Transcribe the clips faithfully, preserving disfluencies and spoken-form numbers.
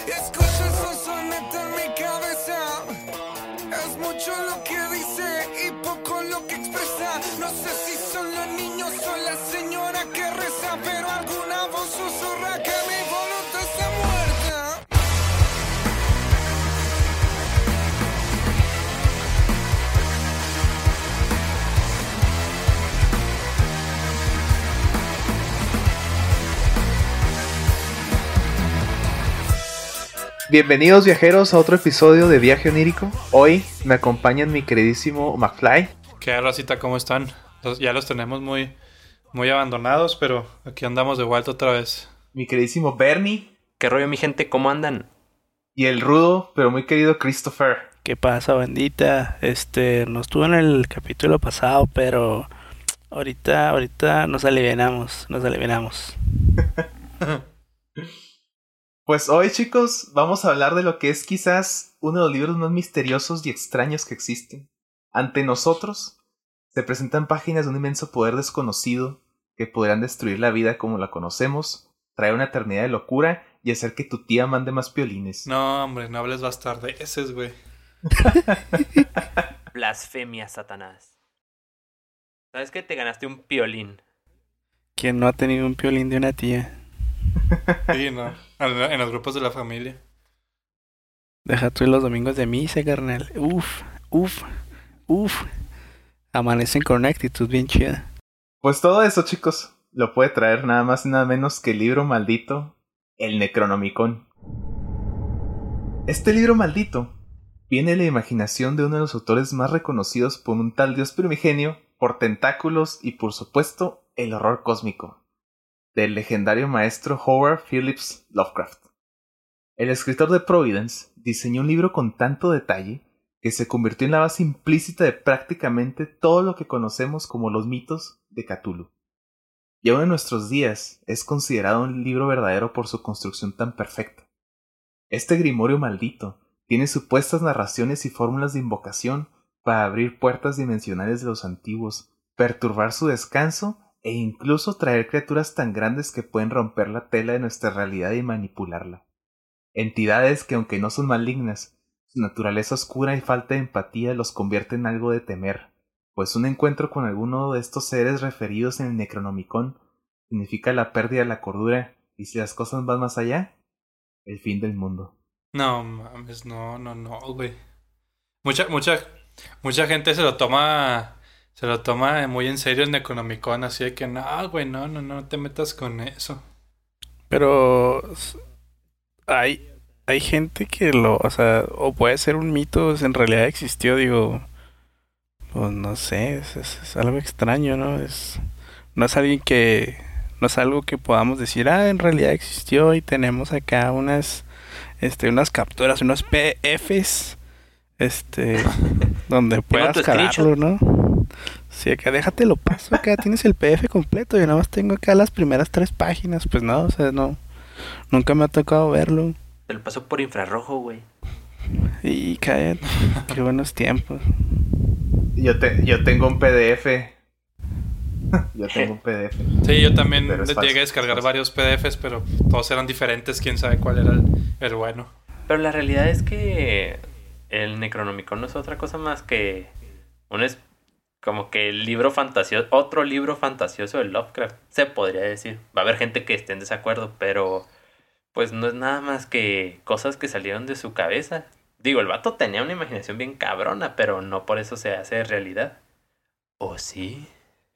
Escucho esos sonetos en mi cabeza. Es mucho lo que dice y poco lo que expresa. No sé si son los niños o la señora que reza, pero alguna voz susurra que mi voluntad está muerta. Bienvenidos viajeros a otro episodio de Viaje Onírico. Hoy me acompañan mi queridísimo McFly. ¿Qué racita? ¿Cómo están? Los- ya los tenemos muy, muy abandonados, pero aquí andamos de vuelta otra vez. Mi queridísimo Bernie. ¿Qué rollo, mi gente? ¿Cómo andan? Y el rudo, pero muy querido Christopher. ¿Qué pasa, bandita? Este, no estuvo en el capítulo pasado, pero ahorita, ahorita nos alivianamos, nos alivianamos. Pues hoy, chicos, vamos a hablar de lo que es quizás uno de los libros más misteriosos y extraños que existen. Ante nosotros se presentan páginas de un inmenso poder desconocido que podrán destruir la vida como la conocemos, traer una eternidad de locura y hacer que tu tía mande más piolines. No, hombre, no hables bastardeces, güey. Blasfemia, Satanás. ¿Sabes que te ganaste un piolín? ¿Quién no ha tenido un piolín de una tía? Sí, no. En, en los grupos de la familia. Deja tú los domingos de misa, carnal. Uf, uf, uf. Amanecen con una actitud bien chida. Pues todo eso, chicos, lo puede traer nada más y nada menos que el libro maldito, el Necronomicon. Este libro maldito viene de la imaginación de uno de los autores más reconocidos por un tal dios primigenio, por tentáculos y por supuesto el horror cósmico, del legendario maestro Howard Phillips Lovecraft. El escritor de Providence diseñó un libro con tanto detalle que se convirtió en la base implícita de prácticamente todo lo que conocemos como los mitos de Cthulhu. Y aún en nuestros días es considerado un libro verdadero por su construcción tan perfecta. Este grimorio maldito tiene supuestas narraciones y fórmulas de invocación para abrir puertas dimensionales de los antiguos, perturbar su descanso e incluso traer criaturas tan grandes que pueden romper la tela de nuestra realidad y manipularla. Entidades que, aunque no son malignas, su naturaleza oscura y falta de empatía los convierte en algo de temer, pues un encuentro con alguno de estos seres referidos en el Necronomicon significa la pérdida de la cordura y, si las cosas van más allá, el fin del mundo. No mames, no, no, no, güey. Mucha, mucha, mucha gente se lo toma, se lo toma muy en serio el Necronomicon, así de que no, güey, no, no, no te metas con eso. Pero s- hay, hay gente que lo, o sea, o puede ser un mito, o sea, en realidad existió, digo, pues no sé, es, es- es algo extraño, ¿no? Es, no es alguien que, no es algo que podamos decir, ah, en realidad existió y tenemos acá unas, este, unas capturas, unos P D Fs, este, donde puedas tu jalarlo, ¿no? Sí, acá déjate lo paso, acá tienes el P D F completo, yo nada más tengo acá las primeras tres páginas, pues no, o sea, no, nunca me ha tocado verlo. Te lo paso por infrarrojo, güey. Y cállate, qué buenos tiempos. Yo, te, yo tengo un P D F. yo tengo un P D F. Sí, yo también Pero es llegué falso, a descargar es falso. varios P D Fs, pero todos eran diferentes, quién sabe cuál era el, el bueno. Pero la realidad es que el Necronomicon no es otra cosa más que un es como que el libro fantasioso, otro libro fantasioso de Lovecraft, se podría decir. Va a haber gente que esté en desacuerdo, pero pues no es nada más que cosas que salieron de su cabeza. Digo, el vato tenía una imaginación bien cabrona, pero no por eso se hace realidad. ¿O sí?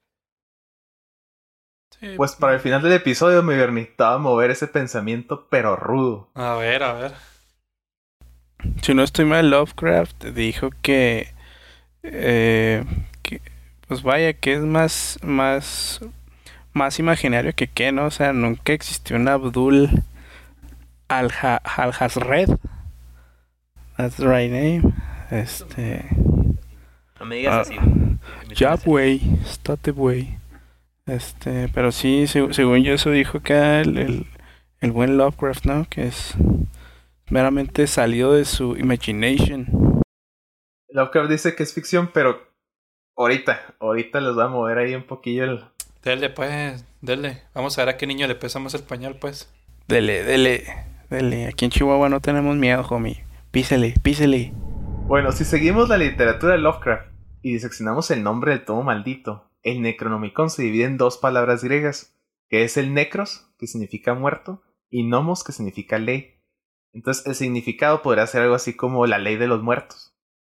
Sí, Pues para el final del episodio me permitaba mover ese pensamiento, pero rudo. a ver, a ver. Si no estoy mal, Lovecraft dijo que, eh, que pues vaya, que es más, más, más imaginario que qué, ¿no? O sea, nunca existió un Abdul Alha- Alhazred. That's the right name. Este. No me digas Ah, así. güey. Ya, güey. Estate, güey. Este, pero sí, seg- según yo, eso dijo acá el, el, el buen Lovecraft, ¿no? Que es meramente salido de su imagination. Lovecraft dice que es ficción, pero ahorita, ahorita les va a mover ahí un poquillo el... Dele, pues, dele. Vamos a ver a qué niño le pesa más el pañal, pues. Dele, dele. Dele, aquí en Chihuahua no tenemos miedo, homie. Písele, písele. Bueno, si seguimos la literatura de Lovecraft y diseccionamos el nombre del tomo maldito, el Necronomicon se divide en dos palabras griegas, que es el necros, que significa muerto, y nomos, que significa ley. Entonces el significado podría ser algo así como la ley de los muertos.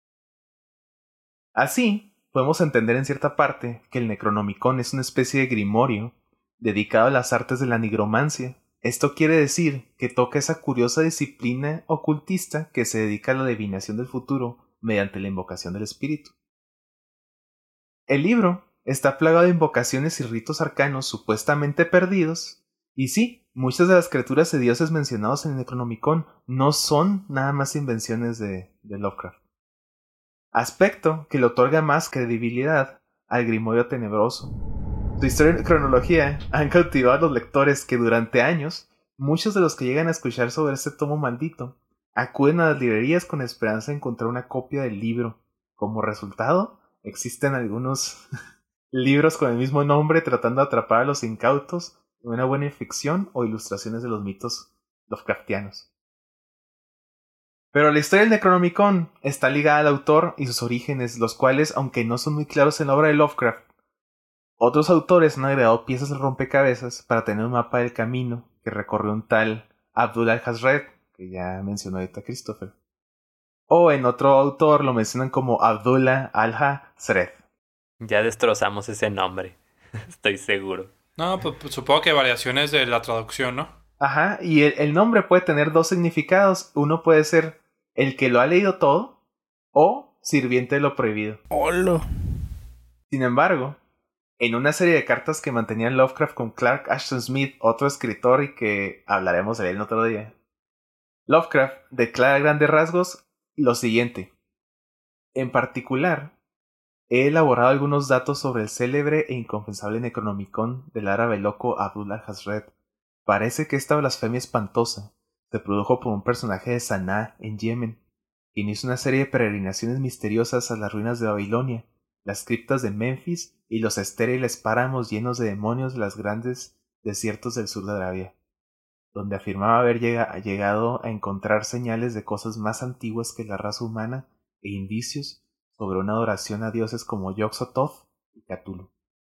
Así, podemos entender en cierta parte que el Necronomicon es una especie de grimorio dedicado a las artes de la nigromancia. Esto quiere decir que toca esa curiosa disciplina ocultista que se dedica a la adivinación del futuro mediante la invocación del espíritu. El libro está plagado de invocaciones y ritos arcanos supuestamente perdidos, y sí, muchas de las criaturas de dioses mencionados en el Necronomicon no son nada más invenciones de, de Lovecraft. Aspecto que le otorga más credibilidad al grimorio tenebroso. Su historia y cronología han cautivado a los lectores que durante años, muchos de los que llegan a escuchar sobre este tomo maldito, acuden a las librerías con esperanza de encontrar una copia del libro. Como resultado, existen algunos libros con el mismo nombre tratando de atrapar a los incautos en una buena ficción o ilustraciones de los mitos Lovecraftianos. Pero la historia del Necronomicon está ligada al autor y sus orígenes, los cuales, aunque no son muy claros en la obra de Lovecraft, otros autores han agregado piezas de rompecabezas para tener un mapa del camino que recorrió un tal Abdul al-Hazred, que ya mencionó ahorita Christopher. O en otro autor lo mencionan como Abdullah al-Hazred. Ya destrozamos ese nombre, estoy seguro. No, pues, pues supongo que variaciones de la traducción, ¿no? Ajá, y el, el nombre puede tener dos significados. Uno puede ser el que lo ha leído todo o sirviente de lo prohibido. ¡Holo! Sin embargo, en una serie de cartas que mantenían Lovecraft con Clark Ashton Smith, otro escritor y que hablaremos de él en otro día, Lovecraft declara a grandes rasgos lo siguiente. En particular, he elaborado algunos datos sobre el célebre e inconfesable Necronomicon del árabe loco Abdul al-Hazred. Parece que esta blasfemia espantosa se produjo por un personaje de Sanaa en Yemen, quien hizo una serie de peregrinaciones misteriosas a las ruinas de Babilonia, las criptas de Memphis y los estériles páramos llenos de demonios de los grandes desiertos del sur de Arabia, donde afirmaba haber llega, llegado a encontrar señales de cosas más antiguas que la raza humana e indicios sobre una adoración a dioses como Yog-Sothoth y Cthulhu.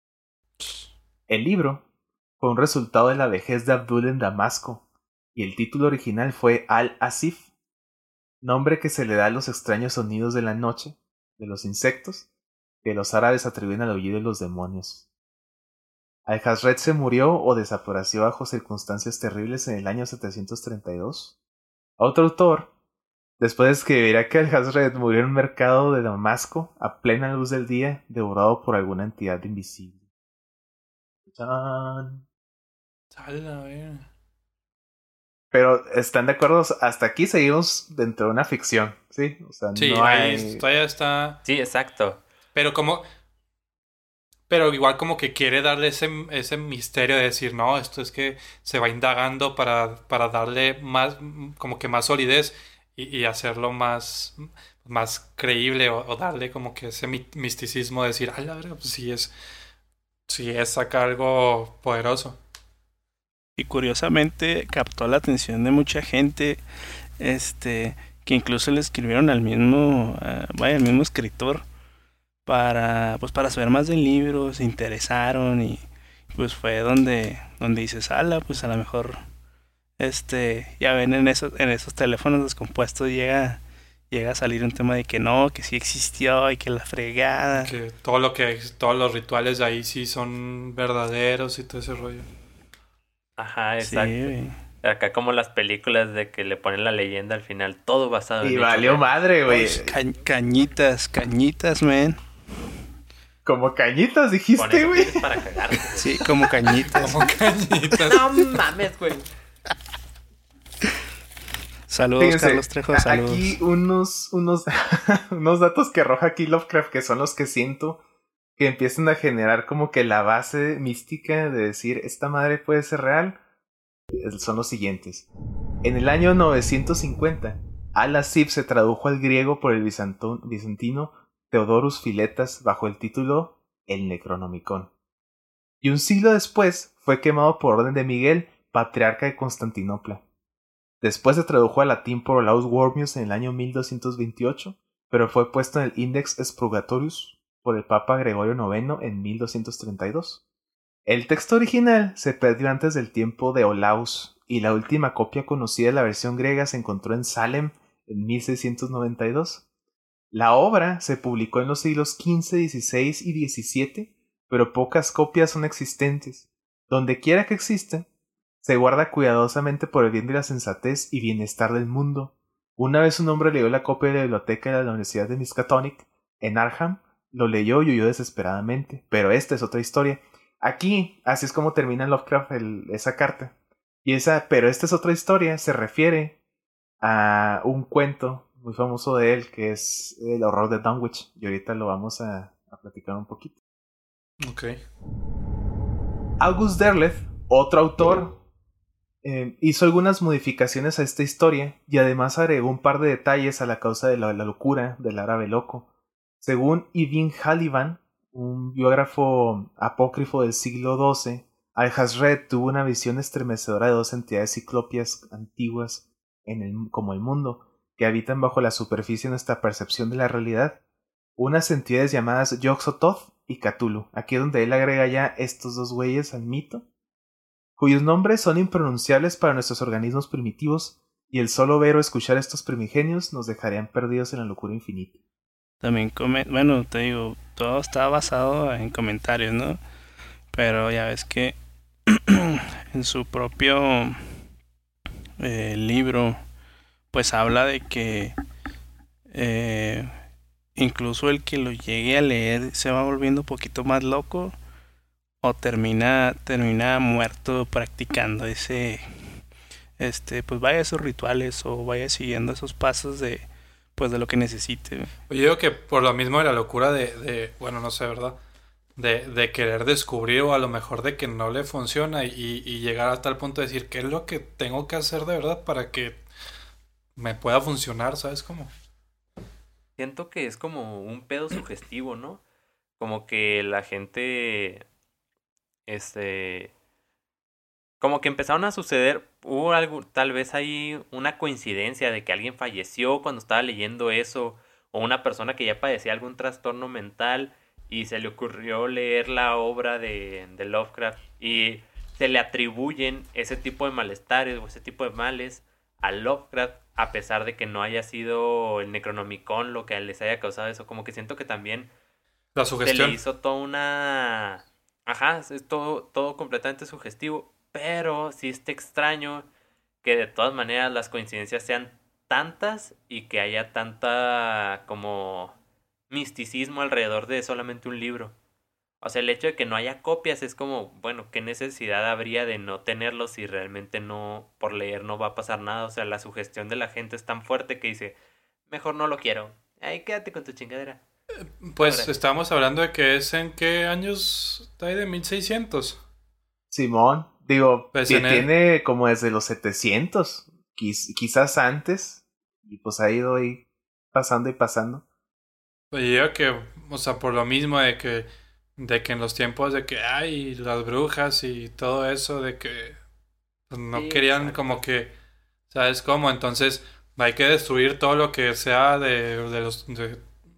El libro fue un resultado de la vejez de Abdul en Damasco, y el título original fue Al-Asif, nombre que se le da a los extraños sonidos de la noche, de los insectos, que los árabes atribuyen al aullido de los demonios. Al-Hazred se murió o desapareció bajo circunstancias terribles en el año setecientos treinta y dos. Otro autor, después de escribirá que Al-Hazred murió en un mercado de Damasco a plena luz del día, devorado por alguna entidad invisible. ¡Chan! Pero están de acuerdo, hasta aquí seguimos dentro de una ficción, ¿sí? O sea, sí, no ahí hay... todavía está. Sí, exacto. Pero como. Pero igual como que quiere darle ese, ese misterio de decir, no, esto es que se va indagando para, para darle más, como que más solidez y, y hacerlo más, más creíble o, o darle como que ese misticismo de decir, ay, la verdad, pues sí es, sí es acá algo poderoso. Y curiosamente captó la atención de mucha gente, este, que incluso le escribieron al mismo, uh, vaya, al mismo escritor para, pues, para saber más del libro, se interesaron y pues fue donde, donde dices, ala, pues a lo mejor, este, ya ven en esos, en esos teléfonos descompuestos llega, llega a salir un tema de que no, que sí existió y que la fregada. Que todo lo que, todos los rituales de ahí sí son verdaderos y todo ese rollo. Ajá, exacto. Sí, acá como las películas de que le ponen la leyenda al final, todo basado en... Y valió madre, güey. pues, ca cañitas, cañitas, man. Como cañitas, dijiste, güey. Para cagar. Sí, como cañitas. Como cañitas. No mames, güey. Saludos, Fíjense, Carlos Trejo, saludos. Aquí unos, unos, unos datos que arroja aquí Lovecraft, que son los que siento que empiezan a generar como que la base mística de decir, esta madre puede ser real, son los siguientes. En el año novecientos cincuenta, Al-Asif se tradujo al griego por el bizantino Theodorus Philetas bajo el título El Necronomicon. Y un siglo después fue quemado por orden de Miguel, patriarca de Constantinopla. Después se tradujo al latín por Olaus Wormius en el año mil doscientos veintiocho, pero fue puesto en el Index Expurgatorius por el Papa Gregorio noveno en mil doscientos treinta y dos. El texto original se perdió antes del tiempo de Olaus, y la última copia conocida de la versión griega se encontró en Salem en mil seiscientos noventa y dos. La obra se publicó en los siglos quince, dieciséis y diecisiete, pero pocas copias son existentes. Donde quiera que existen, se guarda cuidadosamente por el bien de la sensatez y bienestar del mundo. Una vez un hombre leyó la copia de la biblioteca de la Universidad de Miskatonic en Arnhem, lo leyó y huyó desesperadamente. Pero esta es otra historia. Aquí, así es como termina Lovecraft el, esa carta. Y esa, pero esta es otra historia, se refiere a un cuento muy famoso de él, que es El horror de Dunwich. Y ahorita lo vamos a, a platicar un poquito. Ok. August Derleth, otro autor, eh, hizo algunas modificaciones a esta historia y además agregó un par de detalles a la causa de la, la locura del árabe loco. Según Ibn Haliban, un biógrafo apócrifo del siglo doce, Alhazred tuvo una visión estremecedora de dos entidades ciclopias antiguas en el, como el mundo, que habitan bajo la superficie de nuestra percepción de la realidad. Unas entidades llamadas Yog-Sothoth y Cthulhu. Aquí es donde él agrega ya estos dos güeyes al mito, cuyos nombres son impronunciables para nuestros organismos primitivos, y el solo ver o escuchar estos primigenios nos dejarían perdidos en la locura infinita. También, come- bueno, te digo, todo está basado en comentarios, ¿no? Pero ya ves que en su propio eh, libro, pues habla de que eh, incluso el que lo llegue a leer se va volviendo un poquito más loco o termina termina muerto practicando ese este pues vaya a esos rituales o vaya siguiendo esos pasos de pues de lo que necesite. Yo digo que por lo mismo de la locura de, de bueno, no sé, ¿verdad? De, de querer descubrir, o a lo mejor de que no le funciona, y, y llegar hasta el punto de decir qué es lo que tengo que hacer de verdad para que me pueda funcionar, ¿sabes cómo? Siento que es como un pedo sugestivo, ¿no? Como que la gente, este, como que empezaron a suceder, hubo algo, tal vez hay una coincidencia de que alguien falleció cuando estaba leyendo eso, o una persona que ya padecía algún trastorno mental y se le ocurrió leer la obra de, de Lovecraft y se le atribuyen ese tipo de malestares o ese tipo de males a Lovecraft, a pesar de que no haya sido el Necronomicon lo que les haya causado eso. Como que siento que también La se sugestión. le hizo toda una... Ajá, es todo, todo completamente sugestivo, pero sí está extraño que de todas maneras las coincidencias sean tantas y que haya tanta como misticismo alrededor de solamente un libro. O sea, el hecho de que no haya copias es como, bueno, ¿qué necesidad habría de no tenerlos si realmente no, por leer no va a pasar nada? O sea, la sugestión de la gente es tan fuerte que dice, mejor no lo quiero. Ay, quédate con tu chingadera. Pues Ahora. estamos hablando de que es en qué años está ahí de mil seiscientos. Simón, digo, Pues que en el- tiene como desde los setecientos, quiz- quizás antes, y pues ha ido ahí pasando y pasando. Pues yo digo que, o sea, por lo mismo de que, de que en los tiempos de que hay las brujas y todo eso, de que pues, no Sí, querían exacto. como que, ¿sabes cómo? Entonces hay que destruir todo lo que sea de, de los... De,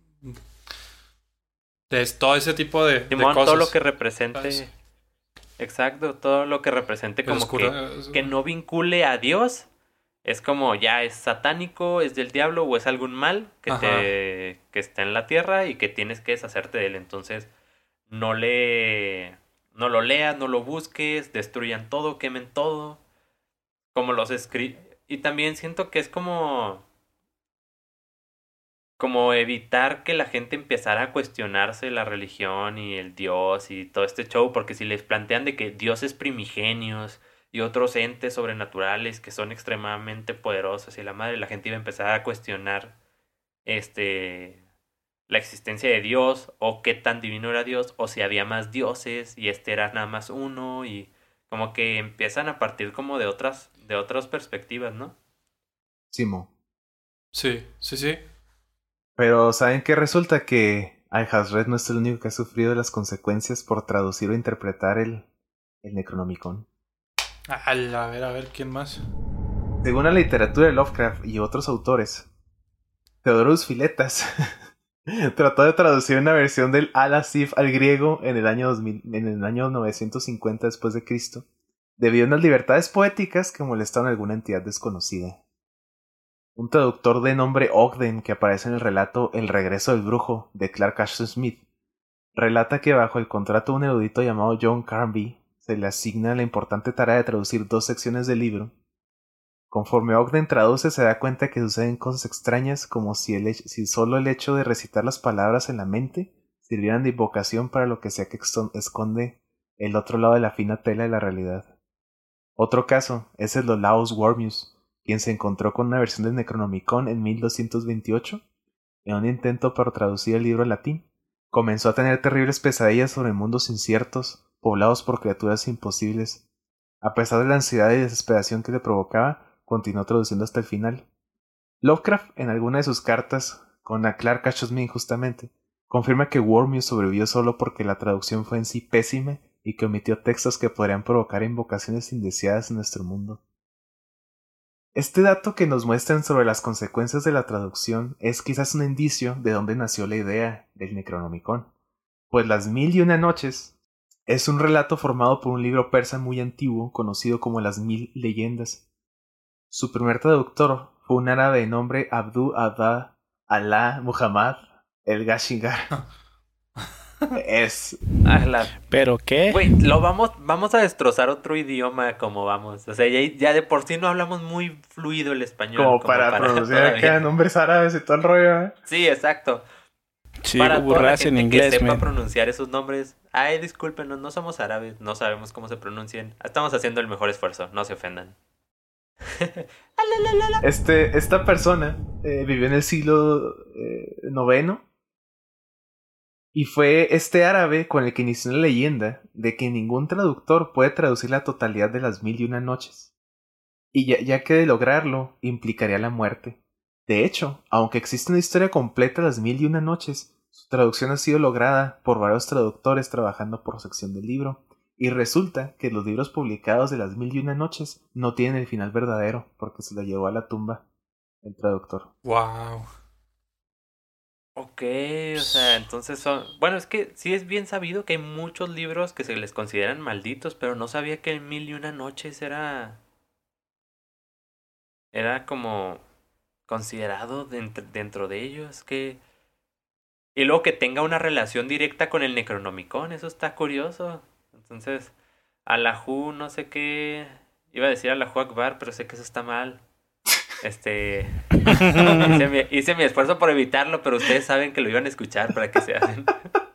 de todo ese tipo de, de Simón, cosas. todo lo que represente... ¿sabes? Exacto, todo lo que represente El como oscuro- que, que no vincule a Dios. Es como ya es satánico, es del diablo o es algún mal que Ajá. te que está en la tierra y que tienes que deshacerte de él. Entonces, no le no lo leas, no lo busques, destruyan todo, quemen todo. Como los escri y también siento que es como como evitar que la gente empezara a cuestionarse la religión y el Dios y todo este show, porque si les plantean de que dioses primigenios y otros entes sobrenaturales que son extremadamente poderosos y la madre, la gente iba a empezar a cuestionar este la existencia de Dios o qué tan divino era Dios o si había más dioses y este era nada más uno y como que empiezan a partir como de otras de otras perspectivas, ¿no? Simón. Sí, sí, sí. Pero ¿saben qué? Resulta que Alhazred no es el único que ha sufrido las consecuencias por traducir o interpretar el, el Necronomicon. A la- a ver, a ver, ¿quién más? Según la literatura de Lovecraft y otros autores, Theodorus Philetas trató de traducir una versión del Al-Asif al griego en el año dos mil, en el año novecientos cincuenta después de Cristo, debido a unas libertades poéticas que molestaron a alguna entidad desconocida. Un traductor de nombre Ogden, que aparece en el relato El regreso del brujo de Clark Ashton Smith, relata que bajo el contrato de un erudito llamado John Carnby se le asigna la importante tarea de traducir dos secciones del libro. Conforme Ogden traduce, se da cuenta que suceden cosas extrañas, como si, el hecho, si solo el hecho de recitar las palabras en la mente sirvieran de invocación para lo que sea que esconde el otro lado de la fina tela de la realidad. Otro caso es el de Olaus Wormius, quien se encontró con una versión del Necronomicon en mil doscientos veintiocho. En un intento por traducir el libro al latín, comenzó a tener terribles pesadillas sobre mundos inciertos, poblados por criaturas imposibles. A pesar de la ansiedad y desesperación que le provocaba, continuó traduciendo hasta el final. Lovecraft, en alguna de sus cartas, con a Clark Ashton Smith justamente, confirma que Wormius sobrevivió solo porque la traducción fue en sí pésima y que omitió textos que podrían provocar invocaciones indeseadas en nuestro mundo. Este dato que nos muestran sobre las consecuencias de la traducción es quizás un indicio de dónde nació la idea del Necronomicon, pues Las Mil y Una Noches es un relato formado por un libro persa muy antiguo conocido como Las Mil Leyendas. Su primer traductor fue un árabe de nombre Abdu Adha Allah Muhammad el Gashingar. Es... Ah, la... ¿Pero qué? Güey, lo vamos, vamos a destrozar otro idioma como vamos. O sea, ya, ya de por sí no hablamos muy fluido el español. Como, como para, para pronunciar acá nombres árabes y todo el rollo, ¿eh? Sí, exacto. Sí, para toda la gente en inglés, que sepa man. pronunciar esos nombres. Ay, discúlpenos, no somos árabes, no sabemos cómo se pronuncian. Estamos haciendo el mejor esfuerzo, no se ofendan. Este, esta persona eh, vivió en el siglo eh, noveno y fue este árabe con el que inició la leyenda de que ningún traductor puede traducir la totalidad de Las Mil y Una Noches, y ya, ya que de lograrlo implicaría la muerte. De hecho, aunque existe una historia completa de Las Mil y Una Noches, su traducción ha sido lograda por varios traductores trabajando por sección del libro. Y resulta que los libros publicados de Las Mil y Una Noches no tienen el final verdadero, porque se lo llevó a la tumba el traductor. Wow. Ok, o sea, entonces son... Bueno, es que sí es bien sabido que hay muchos libros que se les consideran malditos, pero no sabía que Mil y Una Noches era... Era como considerado dentro, dentro de ellos, que... Y luego que tenga una relación directa con el Necronomicon, eso está curioso. Entonces, Allahu, no sé qué... Iba a decir Allahu Akbar, pero sé que eso está mal. Este... hice, mi, hice mi esfuerzo por evitarlo, pero ustedes saben que lo iban a escuchar para que se hacen.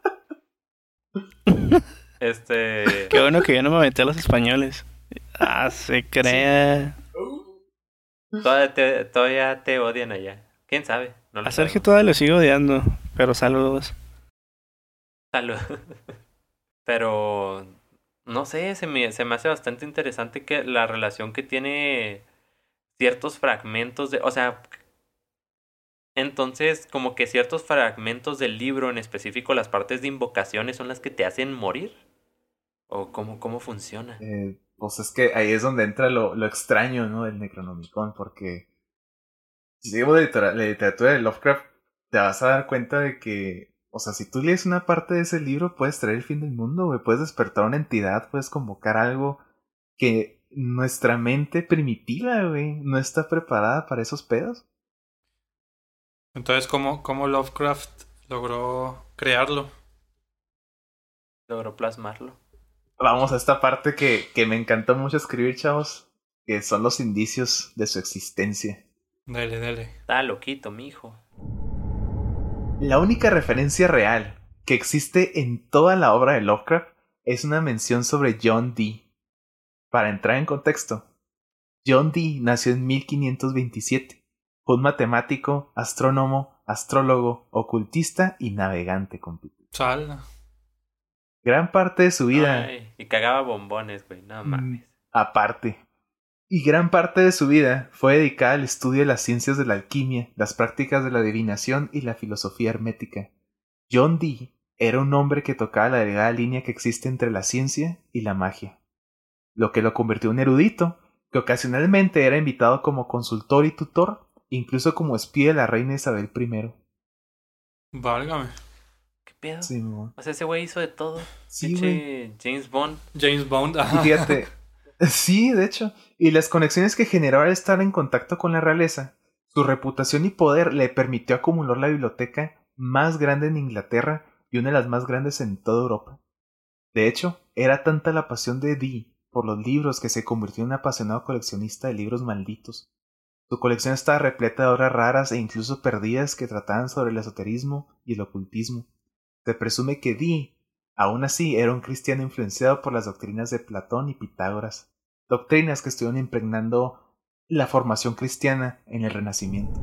Este... Qué bueno que yo no me metí a los españoles. Ah, se crea. Sí. Todavía, te, todavía te odian allá. ¿Quién sabe? No a Sergio todavía lo sigo odiando, pero saludos. Saludos. Pero... No sé, se me, se me hace bastante interesante que la relación que tiene ciertos fragmentos de... O sea, entonces como que ciertos fragmentos del libro, en específico las partes de invocaciones, son las que te hacen morir. ¿O cómo, cómo funciona? Eh, pues es que ahí es donde entra lo, lo extraño, ¿no? Del Necronomicon, porque si seguimos la literatura, la literatura de Lovecraft, te vas a dar cuenta de que... O sea, si tú lees una parte de ese libro, puedes traer el fin del mundo, güey. Puedes despertar una entidad, puedes convocar algo que nuestra mente primitiva, güey, no está preparada para esos pedos. Entonces, ¿cómo, cómo Lovecraft logró crearlo? Logró plasmarlo. Vamos a esta parte que, que me encantó mucho escribir, chavos, que son los indicios de su existencia. Dale, dale. Está loquito, mijo. La única referencia real que existe en toda la obra de Lovecraft es una mención sobre John Dee. Para entrar en contexto, John Dee nació en mil quinientos veintisiete. Fue un matemático, astrónomo, astrólogo, ocultista y navegante, compito. Sal. Gran parte de su vida... Ay, y cagaba bombones, güey, no mames. Aparte. Y gran parte de su vida fue dedicada al estudio de las ciencias de la alquimia, las prácticas de la adivinación y la filosofía hermética. John Dee era un hombre que tocaba la delgada línea que existe entre la ciencia y la magia, lo que lo convirtió en un erudito que ocasionalmente era invitado como consultor y tutor, incluso como espía de la reina Isabel I. Válgame. ¿Qué pedo? Sí, mo. O sea, ese güey hizo de todo. Sí, Pinche güey. James Bond. James Bond. Y Ajá. fíjate, sí, de hecho, y las conexiones que generó al estar en contacto con la realeza, su reputación y poder le permitió acumular la biblioteca más grande en Inglaterra y una de las más grandes en toda Europa. De hecho, era tanta la pasión de Dee por los libros que se convirtió en un apasionado coleccionista de libros malditos. Su colección estaba repleta de obras raras e incluso perdidas que trataban sobre el esoterismo y el ocultismo. Se presume que Dee, aún así, era un cristiano influenciado por las doctrinas de Platón y Pitágoras, doctrinas que estuvieron impregnando la formación cristiana en el Renacimiento.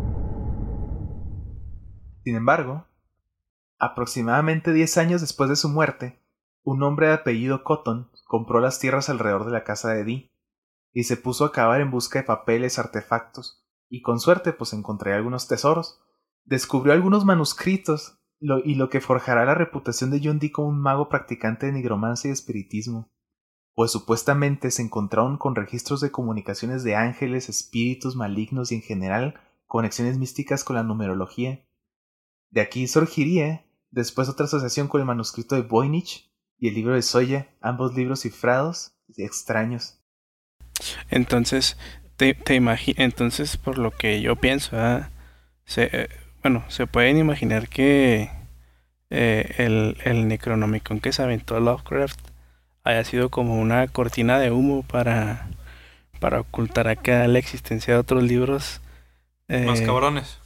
Sin embargo, aproximadamente diez años después de su muerte, un hombre de apellido Cotton compró las tierras alrededor de la casa de Dee y se puso a cavar en busca de papeles, artefactos, y con suerte pues encontré algunos tesoros. Descubrió algunos manuscritos lo, y lo que forjará la reputación de John Dee como un mago practicante de nigromancia y espiritismo, pues supuestamente se encontraron con registros de comunicaciones de ángeles, espíritus malignos y en general conexiones místicas con la numerología. De aquí surgiría después otra asociación con el manuscrito de Voynich y el libro de Soya, ambos libros cifrados y extraños. Entonces, te, te imagi- entonces por lo que yo pienso, ¿eh? se, eh, bueno, se pueden imaginar que eh, el, el Necronomicon que se aventó Lovecraft haya sido como una cortina de humo para, para ocultar acá la existencia de otros libros. Eh, Más cabrones.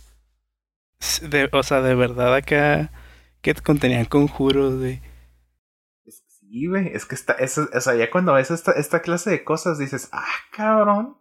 de, o sea, de verdad acá que contenían conjuros de... Sí, güey, es que está, eso, o sea, ya cuando ves esta, esta clase de cosas dices, ah, cabrón.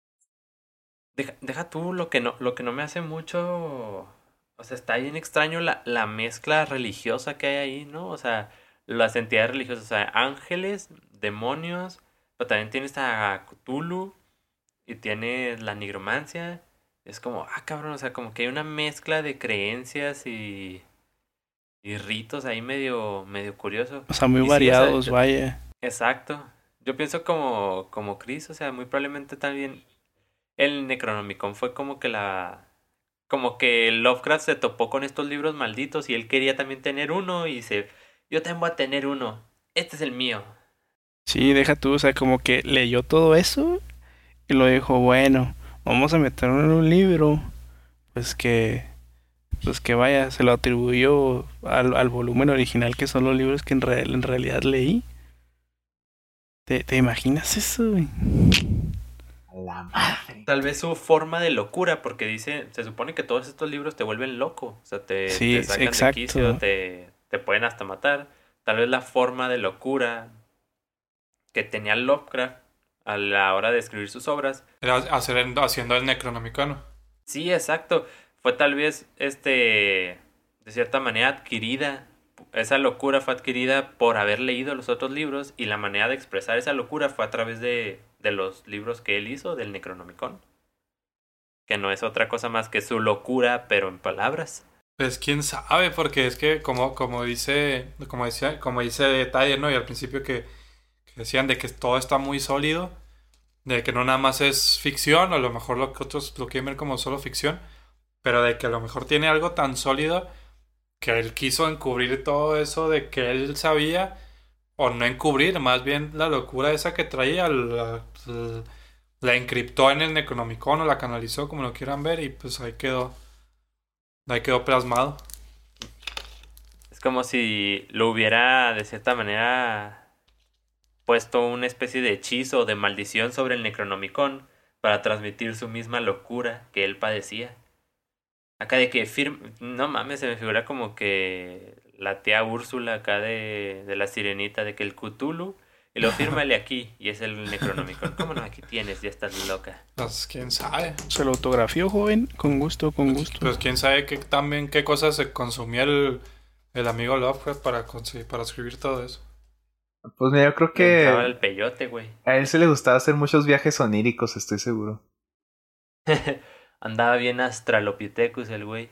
Deja, deja tú lo que no, lo que no me hace mucho. O sea, está bien extraño la, la mezcla religiosa que hay ahí, ¿no? O sea, las entidades religiosas, o sea, ángeles, demonios, pero también tienes a Cthulhu y tienes la nigromancia. Es como, ah, cabrón, o sea, como que hay una mezcla de creencias y, y ritos ahí medio, medio curioso. O sea, muy Y sí, o sea, variados, yo- vaya. Exacto. Yo pienso como, como Chris, o sea, muy probablemente también el Necronomicon fue como que la... Como que Lovecraft se topó con estos libros malditos y él quería también tener uno y dice, yo también voy a tener uno, este es el mío. Sí, deja tú, o sea, como que leyó todo eso y lo dijo, bueno, vamos a meterlo en un libro, pues que, pues que vaya, se lo atribuyó al, al volumen original que son los libros que en, real- en realidad leí. ¿Te, te imaginas eso, güey? A la madre. Tal vez su forma de locura, porque dice, se supone que todos estos libros te vuelven loco, o sea, te, Sí, te sacan exacto. de quicio, te, te pueden hasta matar. Tal vez la forma de locura que tenía Lovecraft a la hora de escribir sus obras. Era hacer, haciendo el Necronomicon. Sí, exacto. Fue tal vez, este, de cierta manera adquirida. Esa locura fue adquirida por haber leído los otros libros y la manera de expresar esa locura fue a través de, de los libros que él hizo del Necronomicon. Que no es otra cosa más que su locura, pero en palabras. Pues quién sabe, porque es que como, como dice, como decía, como dice detalle, ¿no? Y al principio que, que decían de que todo está muy sólido, de que no nada más es ficción, o a lo mejor lo que otros lo quieren ver como solo ficción, pero de que a lo mejor tiene algo tan sólido que él quiso encubrir todo eso de que él sabía, o no encubrir, más bien la locura esa que traía, la, la, la encriptó en el Necronomicon o la canalizó, como lo quieran ver, y pues ahí quedó, ahí quedó plasmado. Es como si lo hubiera, de cierta manera, puesto una especie de hechizo o de maldición sobre el Necronomicon para transmitir su misma locura que él padecía. Acá de que firma... No mames, se me figura como que la tía Úrsula acá de, de la sirenita, de que el Cthulhu, y lo fírmale aquí, y es el Necronomicon. ¿Cómo no? Aquí tienes, ya estás loca. Pues quién sabe. Se lo autografió, joven, con gusto, con gusto. Pues quién sabe qué, también qué cosas se consumía el, el amigo Lovecraft para, conseguir, para escribir todo eso. Pues mira, yo creo Le entraba que el peyote, güey. a él se le gustaba hacer muchos viajes oníricos, estoy seguro. Andaba bien Australopithecus el güey.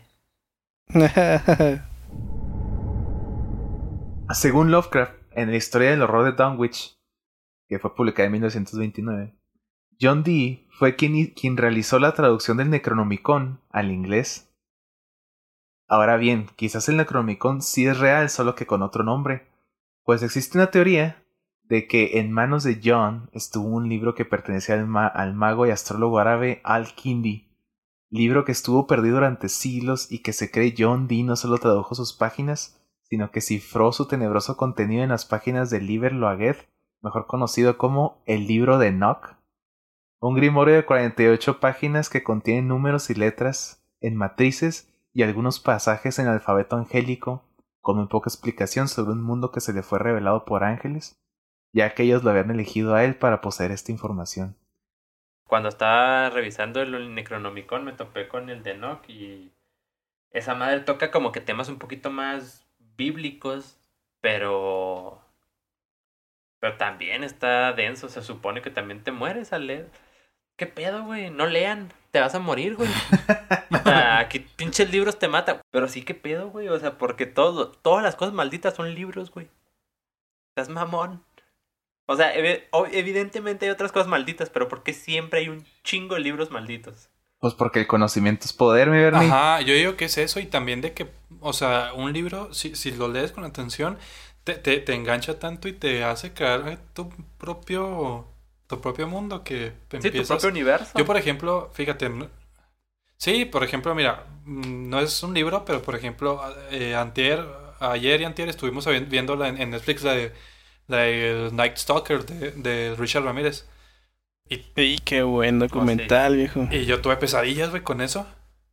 Según Lovecraft, en la historia del horror de Dunwich, que fue publicada en mil novecientos veintinueve, John Dee fue quien, quien realizó la traducción del Necronomicon al inglés. Ahora bien, quizás el Necronomicon sí es real, solo que con otro nombre, pues existe una teoría de que en manos de John estuvo un libro que pertenecía al, ma- al mago y astrólogo árabe Al-Kindi, libro que estuvo perdido durante siglos y que se cree John Dee no solo tradujo sus páginas, sino que cifró su tenebroso contenido en las páginas del Liber Loagheth, mejor conocido como el Libro de Enoch, un grimorio de cuarenta y ocho páginas que contiene números y letras en matrices y algunos pasajes en alfabeto angélico, con muy poca explicación sobre un mundo que se le fue revelado por ángeles, ya que ellos lo habían elegido a él para poseer esta información. Cuando estaba revisando el Necronomicon me topé con el de Enoch y esa madre toca como que temas un poquito más bíblicos, pero pero también está denso, se supone que también te mueres al leer. ¿Qué pedo, güey? No lean, te vas a morir, güey. Ah, aquí pinches libros te matan. Pero sí, ¿qué pedo, güey? O sea, porque todo, todas las cosas malditas son libros, güey. Estás mamón. O sea, ev- evidentemente hay otras cosas malditas, pero ¿por qué siempre hay un chingo de libros malditos? Pues porque el conocimiento es poder, mi Bernie. Ajá, yo digo que es eso y también de que, o sea, un libro, si, si lo lees con atención, te, te, te engancha tanto y te hace crear tu propio, tu propio mundo que Sí, tu empiezas... propio universo. Yo, por ejemplo, fíjate, no- sí, por ejemplo, mira, mm, no es un libro, pero por ejemplo, eh, antier, ayer y antier estuvimos vi- viéndola en, en Netflix, la de, la de Night Stalker de, de Richard Ramírez. Y, Sí, qué buen documental, viejo. y yo tuve pesadillas, güey, con eso.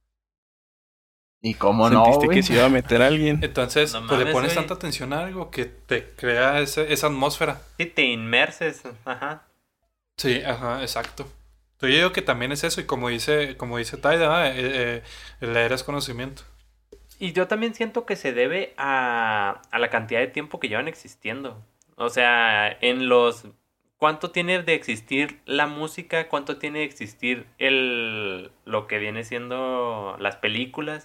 ¿Y cómo no, Sentiste güey? que se iba a meter alguien. Entonces, No pues le mames, pones güey. tanta atención a algo que te crea ese- esa atmósfera. Sí, te inmerses. Ajá. Sí, ajá, exacto. Yo digo que también es eso, y como dice, como dice Taida, eh, eh, el leer es conocimiento. Y yo también siento que se debe a, a la cantidad de tiempo que llevan existiendo. O sea, en los... ¿Cuánto tiene de existir la música? ¿Cuánto tiene de existir el lo que viene siendo las películas?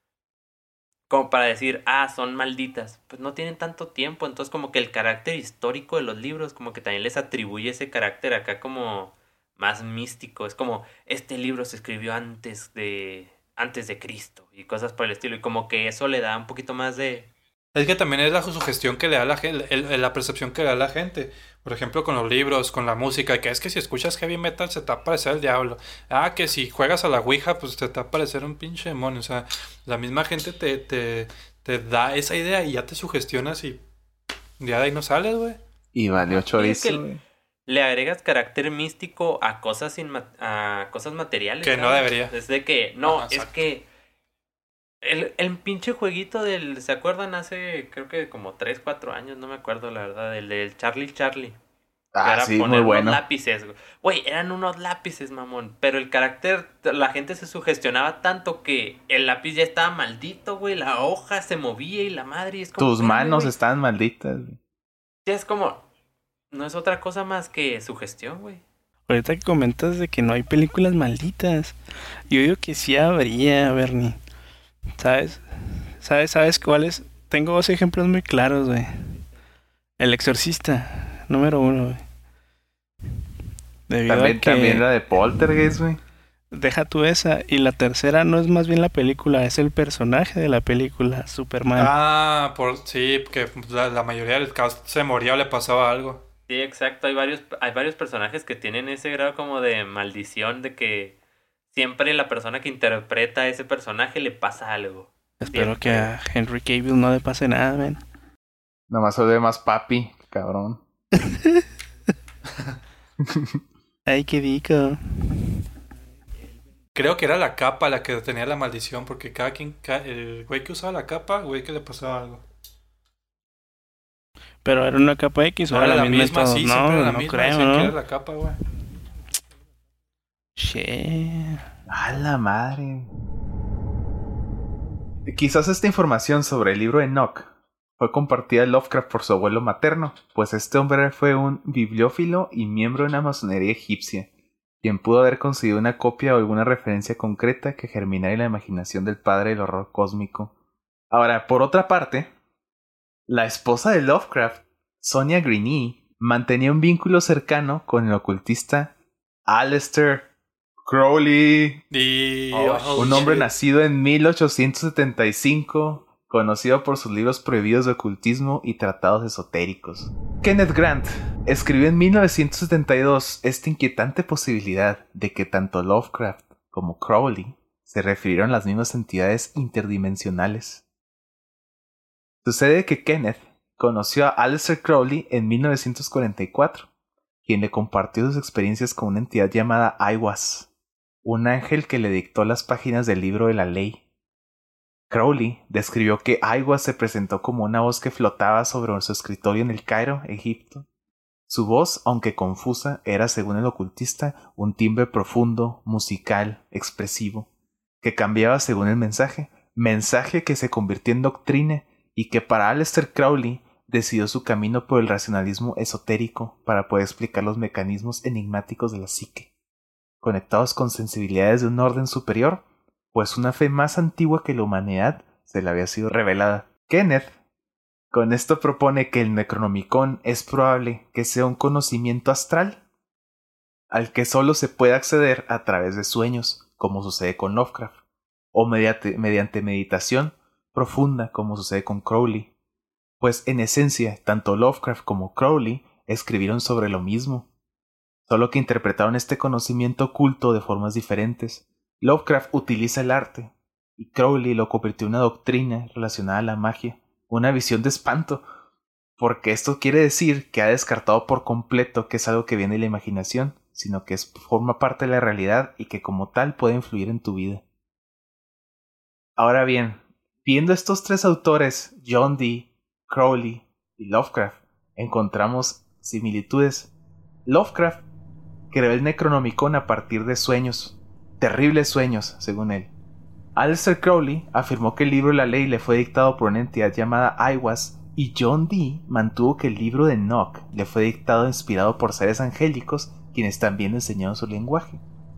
Como para decir, ah, son malditas. Pues no tienen tanto tiempo. Entonces como que el carácter histórico de los libros, como que también les atribuye ese carácter acá como más místico. Es como, este libro se escribió antes de... antes de Cristo y cosas por el estilo. Y como que eso le da un poquito más de... Es que también es la sugestión que le da la gente, la percepción que le da la gente. Por ejemplo, con los libros, con la música, que es que si escuchas heavy metal se te va a parecer el diablo. Ah, que si juegas a la Ouija, pues te va a parecer un pinche demonio. O sea, la misma gente te, te, te da esa idea y ya te sugestionas y ya de ahí no sales, güey. Y valió chorizo, que- güey. Le agregas carácter místico a cosas inma- a cosas materiales. Que no ¿sabes? debería. Es de que, no, Ajá, es exacto. que el, el pinche jueguito del, ¿se acuerdan? Hace, creo que como tres, cuatro años, no me acuerdo la verdad, el del Charlie Charlie. Que Ah, era sí, poner muy bueno. unos lápices, güey. Güey, eran unos lápices, mamón. Pero el carácter, la gente se sugestionaba tanto que el lápiz ya estaba maldito, güey. La hoja se movía y la madre. Y es como, Tus espérame, manos güey. están malditas, güey. Ya es como, no es otra cosa más que sugestión, güey. Ahorita que comentas de que no hay películas malditas, yo digo que sí habría, Bernie. ¿Sabes? ¿Sabes? ¿Sabes cuáles? Tengo dos ejemplos muy claros, güey. El Exorcista, número uno, güey. Debido También, a que... también la de Poltergeist, güey. Deja tú esa. Y la tercera no es más bien la película, es el personaje de la película, Superman. Ah, por, sí, porque la, la mayoría del cast se moría o le pasaba algo. Sí, exacto. Hay varios, hay varios personajes que tienen ese grado como de maldición de que siempre la persona que interpreta a ese personaje le pasa algo. Espero siempre. que a Henry Cavill no le pase nada, ven. Nomás se ve más papi, cabrón. Ay, qué dico. Creo que era la capa la que tenía la maldición, porque cada quien, ca- el güey que usaba la capa, güey que le pasaba algo. Pero era una capa X o No era era la la misma, misma, en todos? sí, No, siempre era la no misma, creo, decían que era ¿no? la capa, güey. Che. A la madre. Quizás esta información sobre el libro de Enoch fue compartida a Lovecraft por su abuelo materno, pues este hombre fue un bibliófilo y miembro de una masonería egipcia, quien pudo haber conseguido una copia o alguna referencia concreta que germinara en la imaginación del padre del horror cósmico. Ahora, por otra parte, la esposa de Lovecraft, Sonia Greene, mantenía un vínculo cercano con el ocultista Aleister Crowley. Y... Oh, oh, Un hombre shit. nacido en mil ochocientos setenta y cinco, conocido por sus libros prohibidos de ocultismo y tratados esotéricos. Kenneth Grant escribió en mil novecientos setenta y dos esta inquietante posibilidad de que tanto Lovecraft como Crowley se refirieron a las mismas entidades interdimensionales. Sucede que Kenneth conoció a Aleister Crowley en mil novecientos cuarenta y cuatro, quien le compartió sus experiencias con una entidad llamada Aiwass, un ángel que le dictó las páginas del libro de la ley. Crowley describió que Aiwass se presentó como una voz que flotaba sobre su escritorio en el Cairo, Egipto. Su voz, aunque confusa, era, según el ocultista, un timbre profundo, musical, expresivo, que cambiaba según el mensaje, mensaje que se convirtió en doctrina y que para Aleister Crowley decidió su camino por el racionalismo esotérico para poder explicar los mecanismos enigmáticos de la psique, conectados con sensibilidades de un orden superior, pues una fe más antigua que la humanidad se le había sido revelada. Kenneth con esto propone que el Necronomicon es probable que sea un conocimiento astral al que solo se puede acceder a través de sueños, como sucede con Lovecraft, o mediante, mediante meditación profunda, como sucede con Crowley, pues en esencia tanto Lovecraft como Crowley escribieron sobre lo mismo, solo que interpretaron este conocimiento oculto de formas diferentes. Lovecraft utiliza el arte, y Crowley lo convirtió en una doctrina relacionada a la magia, una visión de espanto, porque esto quiere decir que ha descartado por completo que es algo que viene de la imaginación, sino que es, forma parte de la realidad y que como tal puede influir en tu vida. Ahora bien, viendo estos tres autores, John Dee, Crowley y Lovecraft, encontramos similitudes. Lovecraft creó el Necronomicon a partir de sueños, terribles sueños, según él. Aleister Crowley afirmó que el libro de la ley le fue dictado por una entidad llamada Aiwass, y John Dee mantuvo que el libro de Enoch le fue dictado inspirado por seres angélicos, quienes también enseñaron su lenguaje.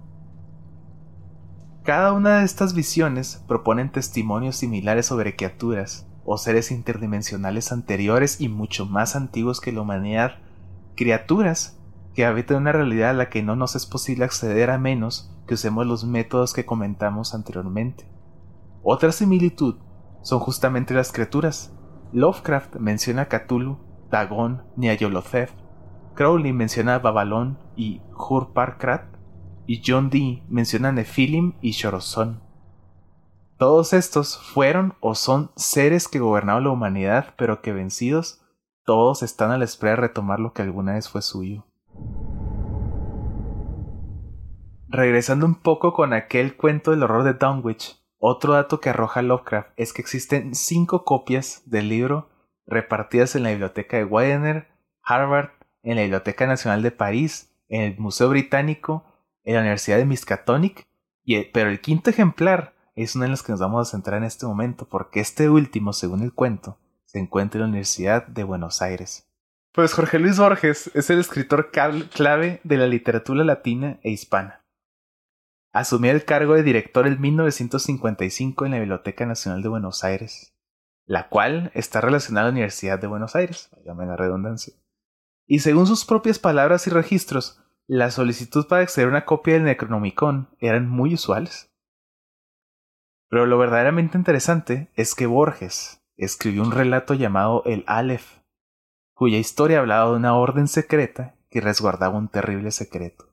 Cada una de estas visiones proponen testimonios similares sobre criaturas o seres interdimensionales anteriores y mucho más antiguos que la humanidad, criaturas que habitan una realidad a la que no nos es posible acceder a menos que usemos los métodos que comentamos anteriormente. Otra similitud son justamente las criaturas. Lovecraft menciona a Cthulhu, Dagon, Nyarlathotep. Crowley menciona a Babalón y Hur-Parkrat, y John Dee menciona a Nephilim y Shorozon. Todos estos fueron o son seres que gobernaban la humanidad, pero que vencidos, todos están a la espera de retomar lo que alguna vez fue suyo. Regresando un poco con aquel cuento del horror de Dunwich, otro dato que arroja Lovecraft es que existen cinco copias del libro repartidas en la biblioteca de Widener, Harvard, en la Biblioteca Nacional de París, en el Museo Británico, en la Universidad de Miskatonic, y, pero el quinto ejemplar es uno en los que nos vamos a centrar en este momento, porque este último, según el cuento, se encuentra en la Universidad de Buenos Aires. Pues Jorge Luis Borges es el escritor clave de la literatura latina e hispana. Asumió el cargo de director en mil novecientos cincuenta y cinco en la Biblioteca Nacional de Buenos Aires, la cual está relacionada a la Universidad de Buenos Aires, válgame la redundancia. Y según sus propias palabras y registros, la solicitud para acceder a una copia del Necronomicon eran muy usuales. Pero lo verdaderamente interesante es que Borges escribió un relato llamado El Aleph, cuya historia hablaba de una orden secreta que resguardaba un terrible secreto.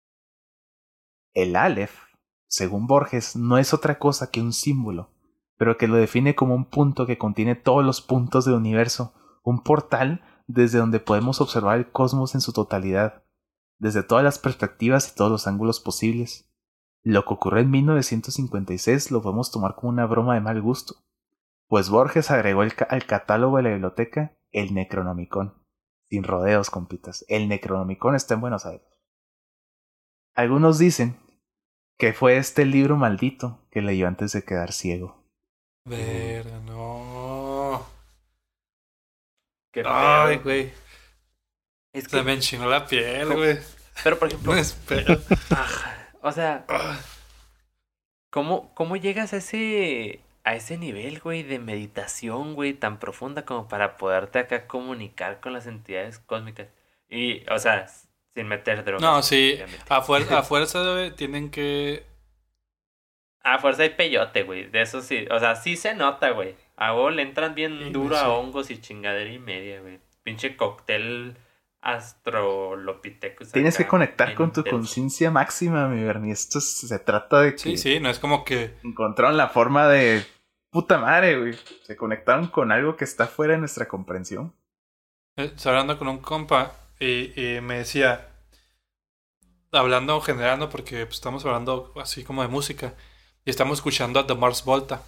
El Aleph, según Borges, no es otra cosa que un símbolo, pero que lo define como un punto que contiene todos los puntos del universo, un portal desde donde podemos observar el cosmos en su totalidad, desde todas las perspectivas y todos los ángulos posibles. Lo que ocurrió en mil novecientos cincuenta y seis lo podemos tomar como una broma de mal gusto, pues Borges agregó el ca- al catálogo de la biblioteca el Necronomicon. Sin rodeos, compitas, el Necronomicon está en Buenos Aires. Algunos dicen que fue este el libro maldito que leyó antes de quedar ciego. Verga, no. Qué Ay, pedo. güey. Es Se que, me enchinó la piel, güey. pero por ejemplo, No espero. ah, o sea, ¿cómo, cómo llegas a ese, a ese nivel, güey, de meditación, güey, tan profunda como para poderte acá comunicar con las entidades cósmicas? Y, o sea, sin meter drogas. No, sí, obviamente. a, fuer- a fuerza, güey, tienen que... A fuerza hay peyote, güey. De eso sí. O sea, sí se nota, güey. A vos le entran bien Sí, duro sí. a hongos y chingadera y media, güey. Pinche cóctel Astrolopithecus. Tienes que acá, conectar bien con tu intenso. conciencia máxima, mi Bernie. Esto es- se trata de que Sí, sí, no es como que... encontraron la forma de... Puta madre, güey. Se conectaron con algo que está fuera de nuestra comprensión. eh, Estaba hablando con un compa y, y me decía... Hablando, generando, porque pues, estamos hablando así como de música. Y estamos escuchando a The Mars Volta.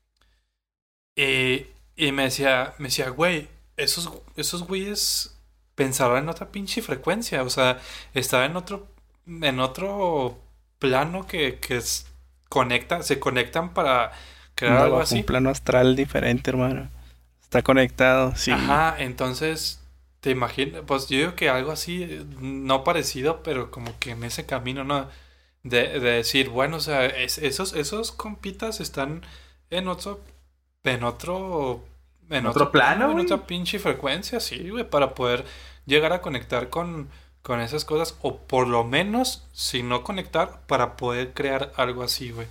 Y, y me decía, me decía, güey, esos, esos güeyes pensaban en otra pinche frecuencia. O sea, estaba en otro, en otro plano que, que es- conecta, se conectan para crear Anda algo bajo así. un plano astral diferente, hermano. Está conectado, sí. Ajá, entonces, te imaginas, pues yo digo que algo así, eh, no parecido, pero como que en ese camino, ¿no? De, de decir, bueno, o sea, es- esos, esos compitas están en otro, en otro, en ¿En otro plano, en güey? otra pinche frecuencia, sí, güey, para poder llegar a conectar con, con esas cosas, o por lo menos, si no conectar, para poder crear algo así, güey.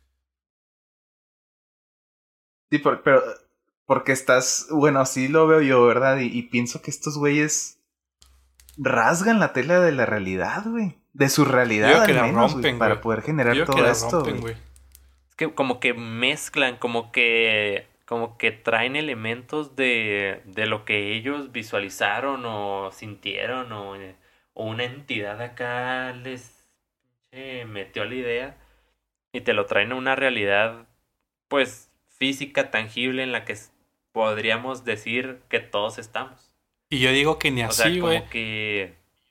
Sí, por- pero... Porque estás... Bueno, así lo veo yo, ¿verdad? Y, y pienso que estos güeyes... Rasgan la tela de la realidad, güey. De su realidad, Digo que al la menos, rompen, güey, para güey. poder generar Yo digo que todo la esto, rompen, güey. güey. Es que como que mezclan, como que como que traen elementos de, de lo que ellos visualizaron o sintieron o, eh, o una entidad acá les eh, metió la idea y te lo traen a una realidad pues física, tangible en la que s- podríamos decir que todos estamos. Y yo digo que ni O sea, así, güey. como que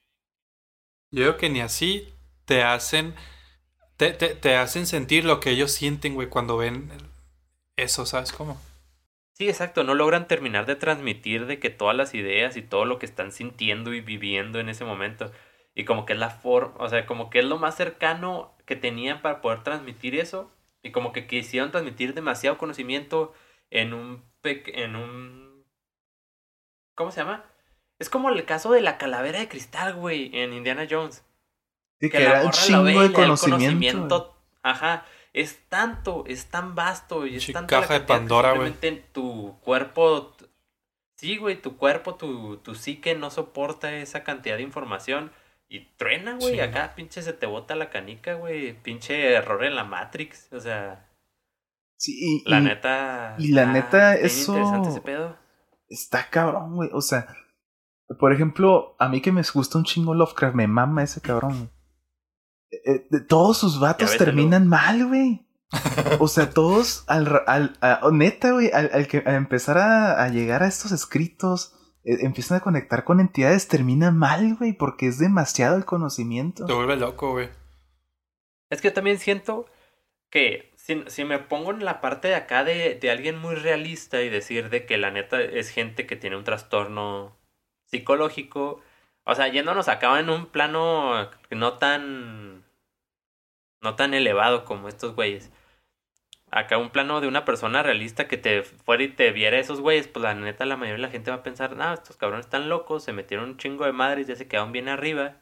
Yo creo que ni así te hacen te, te, te hacen sentir lo que ellos sienten, güey, cuando ven eso, ¿sabes cómo? sí, exacto, no logran terminar de transmitir de que todas las ideas y todo lo que están sintiendo y viviendo en ese momento. Y como que es la forma, o sea, como que es lo más cercano que tenían para poder transmitir eso. Y como que quisieron transmitir demasiado conocimiento en un pe- en un ¿cómo se llama? Es como el caso de la calavera de cristal, güey, en Indiana Jones. Sí, Que que la era un morra lo ve chingo y de le da el conocimiento. conocimiento. Ajá. Es tanto, es tan vasto y es Pinche tanta la caja de cantidad que Pandora, güey. simplemente tu cuerpo. t- Sí, güey, tu cuerpo, tu, tu psique no soporta esa cantidad de información. Y truena, güey. Sí, Acá, pinche, se te bota la canica, güey. Pinche error en la Matrix. O sea, Sí, y, la y neta. y la está neta, bien eso- interesante ese pedo. está cabrón, güey. O sea, por ejemplo, a mí que me gusta un chingo Lovecraft, me mama ese cabrón. Eh, eh, de- todos sus vatos Ya vételo. terminan mal, güey. O sea, todos al, ra- al a- oh, neta, güey, al, al que a empezar a, a llegar a estos escritos, eh, empiezan a conectar con entidades, terminan mal, güey, porque es demasiado el conocimiento. Te vuelve loco, güey. Es que yo también siento que si, si me pongo en la parte de acá de, de alguien muy realista y decir de que la neta es gente que tiene un trastorno psicológico, o sea, yéndonos acá en un plano no tan no tan elevado como estos güeyes. Acá un plano de una persona realista que te fuera y te viera esos güeyes, pues la neta la mayoría de la gente va a pensar, no, estos cabrones están locos, se metieron un chingo de madres, ya se quedaron bien arriba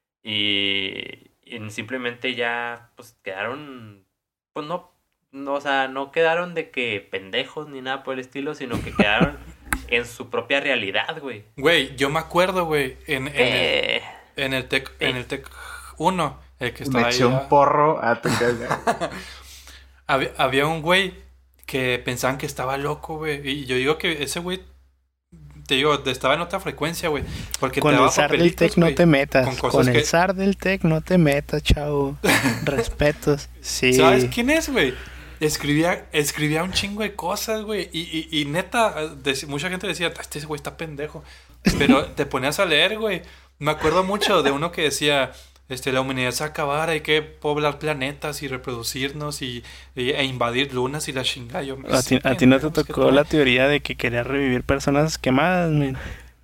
y, y simplemente ya pues quedaron, pues no, no, o sea, no quedaron de que pendejos ni nada por el estilo, sino que quedaron en su propia realidad, güey. Güey, yo me acuerdo, güey, en, en el, Eh, en el Tec en el Tec uno, el que Me estaba ahí. eché un ah, porro a tu casa. había, había un güey que pensaban que estaba loco, güey. Y yo digo que ese güey, te digo, estaba en otra frecuencia, güey. Porque Con te el daba zar del papelitos, tech no güey, te metas. con Con, cosas el que- zar del tech no te metas, chavo. Respetos. Sí. ¿Sabes quién es, güey? Escribía, escribía un chingo de cosas, güey. Y, y, y neta, dec- mucha gente decía, este güey está pendejo. Pero te ponías a leer, güey. Me acuerdo mucho de uno que decía, este, la humanidad se va a acabar, hay que poblar planetas y reproducirnos y, y- e invadir lunas y la chingada. Yo, A ti, a ti no te tocó la teoría de que quería revivir personas quemadas, man.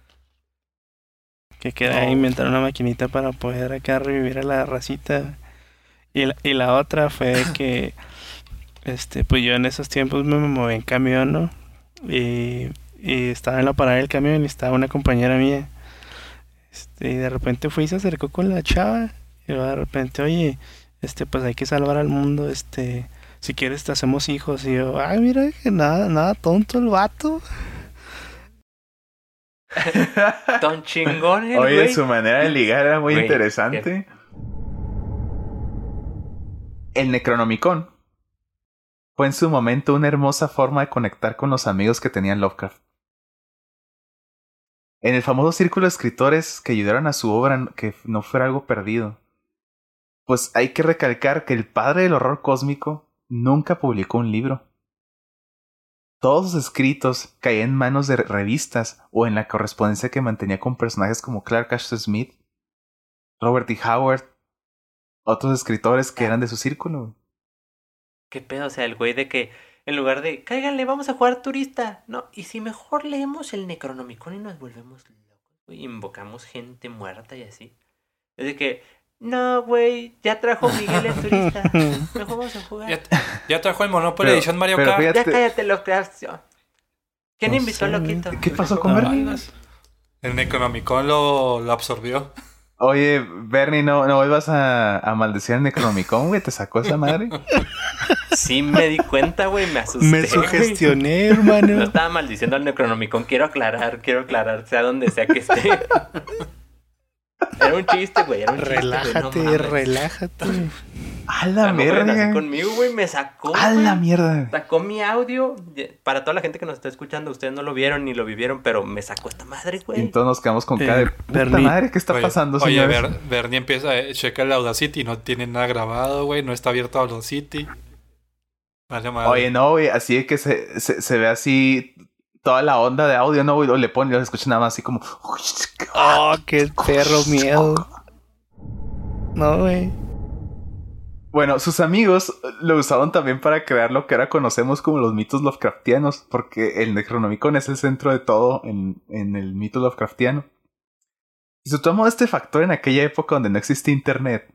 Que quería No. inventar una maquinita para poder acá revivir a la racita. Y la, y la otra fue que, este, pues yo en esos tiempos me moví en camión, ¿no? Y, y estaba en la parada del camión y estaba una compañera mía. Este, y de repente fue y se acercó con la chava. Y de repente, oye, este, pues hay que salvar al mundo, este, si quieres te hacemos hijos. Y yo, ay, mira, que nada, nada tonto el vato. Tan chingón el Oye, güey. su manera de ligar era muy Güey, interesante. qué- El Necronomicon fue en su momento una hermosa forma de conectar con los amigos que tenían Lovecraft. En el famoso círculo de escritores que ayudaron a su obra que no fuera algo perdido. Pues hay que recalcar que el padre del horror cósmico nunca publicó un libro. Todos sus escritos caían en manos de revistas o en la correspondencia que mantenía con personajes como Clark Ashton Smith, Robert E. Howard, otros escritores que eran de su círculo. ¿Qué pedo? O sea, el güey de que en lugar de, cáiganle, vamos a jugar turista. No, y si mejor leemos el Necronomicon y nos volvemos locos, güey, invocamos gente muerta y así. Es de que, no, güey, ya trajo Miguel el turista. Mejor vamos a jugar. Ya, ya trajo el Monopoly Pero- Edition Mario pero Kart. fíjate- Ya cállate, Lovecraft. ¿Quién No invitó sé, al loquito? ¿Qué pasó con No, Bernie? mames. El Necronomicon lo, lo absorbió. Oye, Bernie, no, no vuelvas a, a maldecir al Necronomicon, güey, te sacó esa madre. Sí me di cuenta, güey, me asusté. Me güey. sugestioné, No hermano. estaba maldiciendo al Necronomicon, quiero aclarar, quiero aclarar, sea donde sea que esté. Era un chiste, güey, era un chiste, güey, no Relájate, mames. relájate. ¡A la Tampoco ven así verga! conmigo, güey, me sacó, ¡A güey. la mierda! Sacó mi audio. Para toda la gente que nos está escuchando, ustedes no lo vieron ni lo vivieron, pero me sacó esta madre, Y güey. todos nos quedamos con Eh, cara de puta Bernie. madre, ¿qué está Oye, pasando, oye, señores? Ber- Bernie empieza, eh, checa el Audacity, no tiene nada grabado, güey, no está abierto Audacity. Vale, madre. Oye, no, güey, así de que se, se, se ve así toda la onda de audio, ¿no, güey? O le ponen y lo escuchan nada más así como... Oh, qué perro miedo. No, güey. Bueno, sus amigos lo usaron también para crear lo que ahora conocemos como los mitos Lovecraftianos, porque el Necronomicon es el centro de todo en, en el mito Lovecraftiano. Si situamos este factor en aquella época donde no existía internet,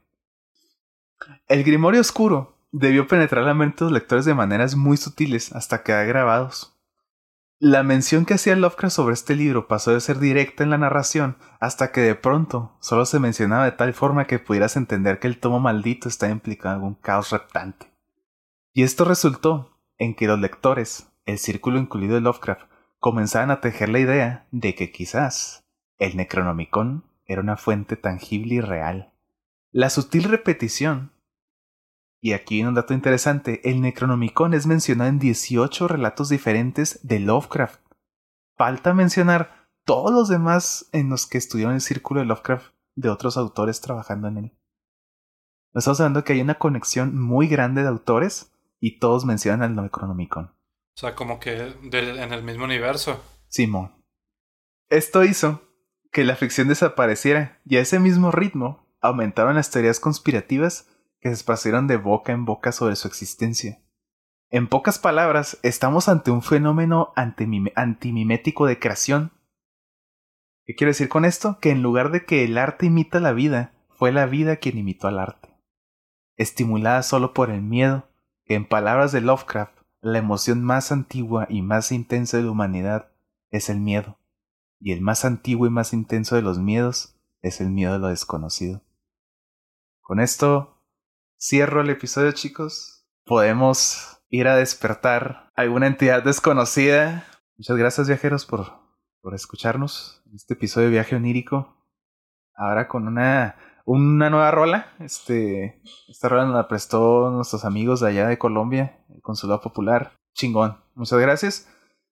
el Grimorio Oscuro debió penetrar la mente de los lectores de maneras muy sutiles hasta quedar grabados. La mención que hacía Lovecraft sobre este libro pasó de ser directa en la narración hasta que de pronto solo se mencionaba de tal forma que pudieras entender que el tomo maldito está implicado en algún caos reptante. Y esto resultó en que los lectores, el círculo incluido de Lovecraft, comenzaban a tejer la idea de que quizás el Necronomicon era una fuente tangible y real. La sutil repetición. Y aquí viene un dato interesante. El Necronomicon es mencionado en dieciocho relatos diferentes de Lovecraft. Falta mencionar todos los demás en los que estudiaron el círculo de Lovecraft de otros autores trabajando en él. Nos estamos hablando que hay una conexión muy grande de autores y todos mencionan al Necronomicon. O sea, como que del- en el mismo universo. Simón. Esto hizo que la ficción desapareciera y a ese mismo ritmo aumentaron las teorías conspirativas que se esparcieron de boca en boca sobre su existencia. En pocas palabras, estamos ante un fenómeno antimime- antimimético de creación. ¿Qué quiero decir con esto? Que en lugar de que el arte imita la vida, fue la vida quien imitó al arte. Estimulada solo por el miedo, que en palabras de Lovecraft, la emoción más antigua y más intensa de la humanidad es el miedo. Y el más antiguo y más intenso de los miedos es el miedo a lo desconocido. Con esto cierro el episodio, chicos. Podemos ir a despertar a alguna entidad desconocida. Muchas gracias, viajeros, por, por escucharnos en este episodio de Viaje Onírico. Ahora con una, una nueva rola. Este, esta rola nos la prestó nuestros amigos de allá de Colombia, el Consulado Popular. Chingón. Muchas gracias.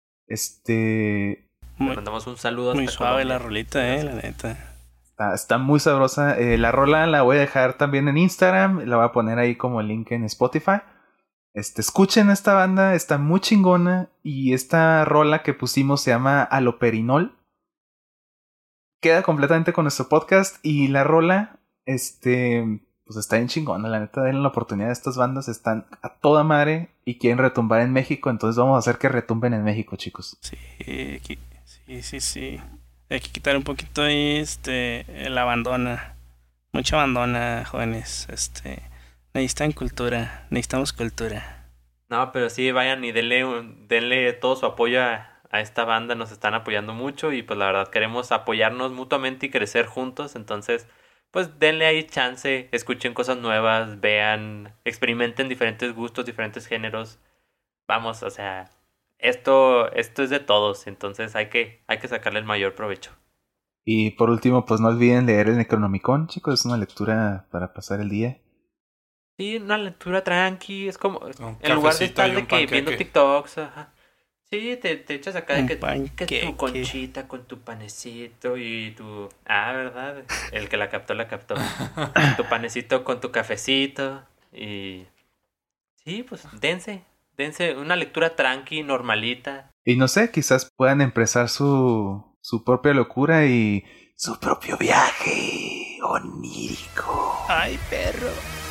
Este... Le Muy, mandamos un saludo muy hasta suave Colombia. la rolita, eh, la neta. Está, está muy sabrosa. Eh, la rola la voy a dejar también en Instagram. La voy a poner ahí como link en Spotify. Este, escuchen esta banda. Está muy chingona. Y esta rola que pusimos se llama Aloperinol. Queda completamente con nuestro podcast. Y la rola, este, pues está bien chingona. La neta, denle la oportunidad. Estas bandas están a toda madre y quieren retumbar en México. Entonces vamos a hacer que retumben en México, chicos. Sí, aquí- sí, sí, sí. Hay que quitar un poquito ahí, este, el abandona. Mucha abandona, jóvenes. Este, necesitan cultura. Necesitamos cultura. No, pero sí, vayan y denle, un- denle todo su apoyo a, a esta banda, nos están apoyando mucho y pues la verdad queremos apoyarnos mutuamente y crecer juntos, entonces pues denle ahí chance, escuchen cosas nuevas, vean, experimenten diferentes gustos, diferentes géneros. Vamos, o sea, esto, esto es de todos, entonces hay que, hay que sacarle el mayor provecho. Y por último, pues no olviden leer el Necronomicon, chicos, es una lectura para pasar el día. Sí, una lectura tranqui, es como, Un en lugar de cafecito estar y de un que viendo panqueque. TikToks, ajá. Sí, te, te echas acá de Un que, que panqueque. tu conchita con tu panecito y tu... Ah, ¿verdad? El que la captó, la captó. Tu panecito con tu cafecito y... Sí, pues dense, dense una lectura tranqui, normalita. Y no sé, quizás puedan empezar su, su propia locura y su propio viaje onírico. Ay, perro.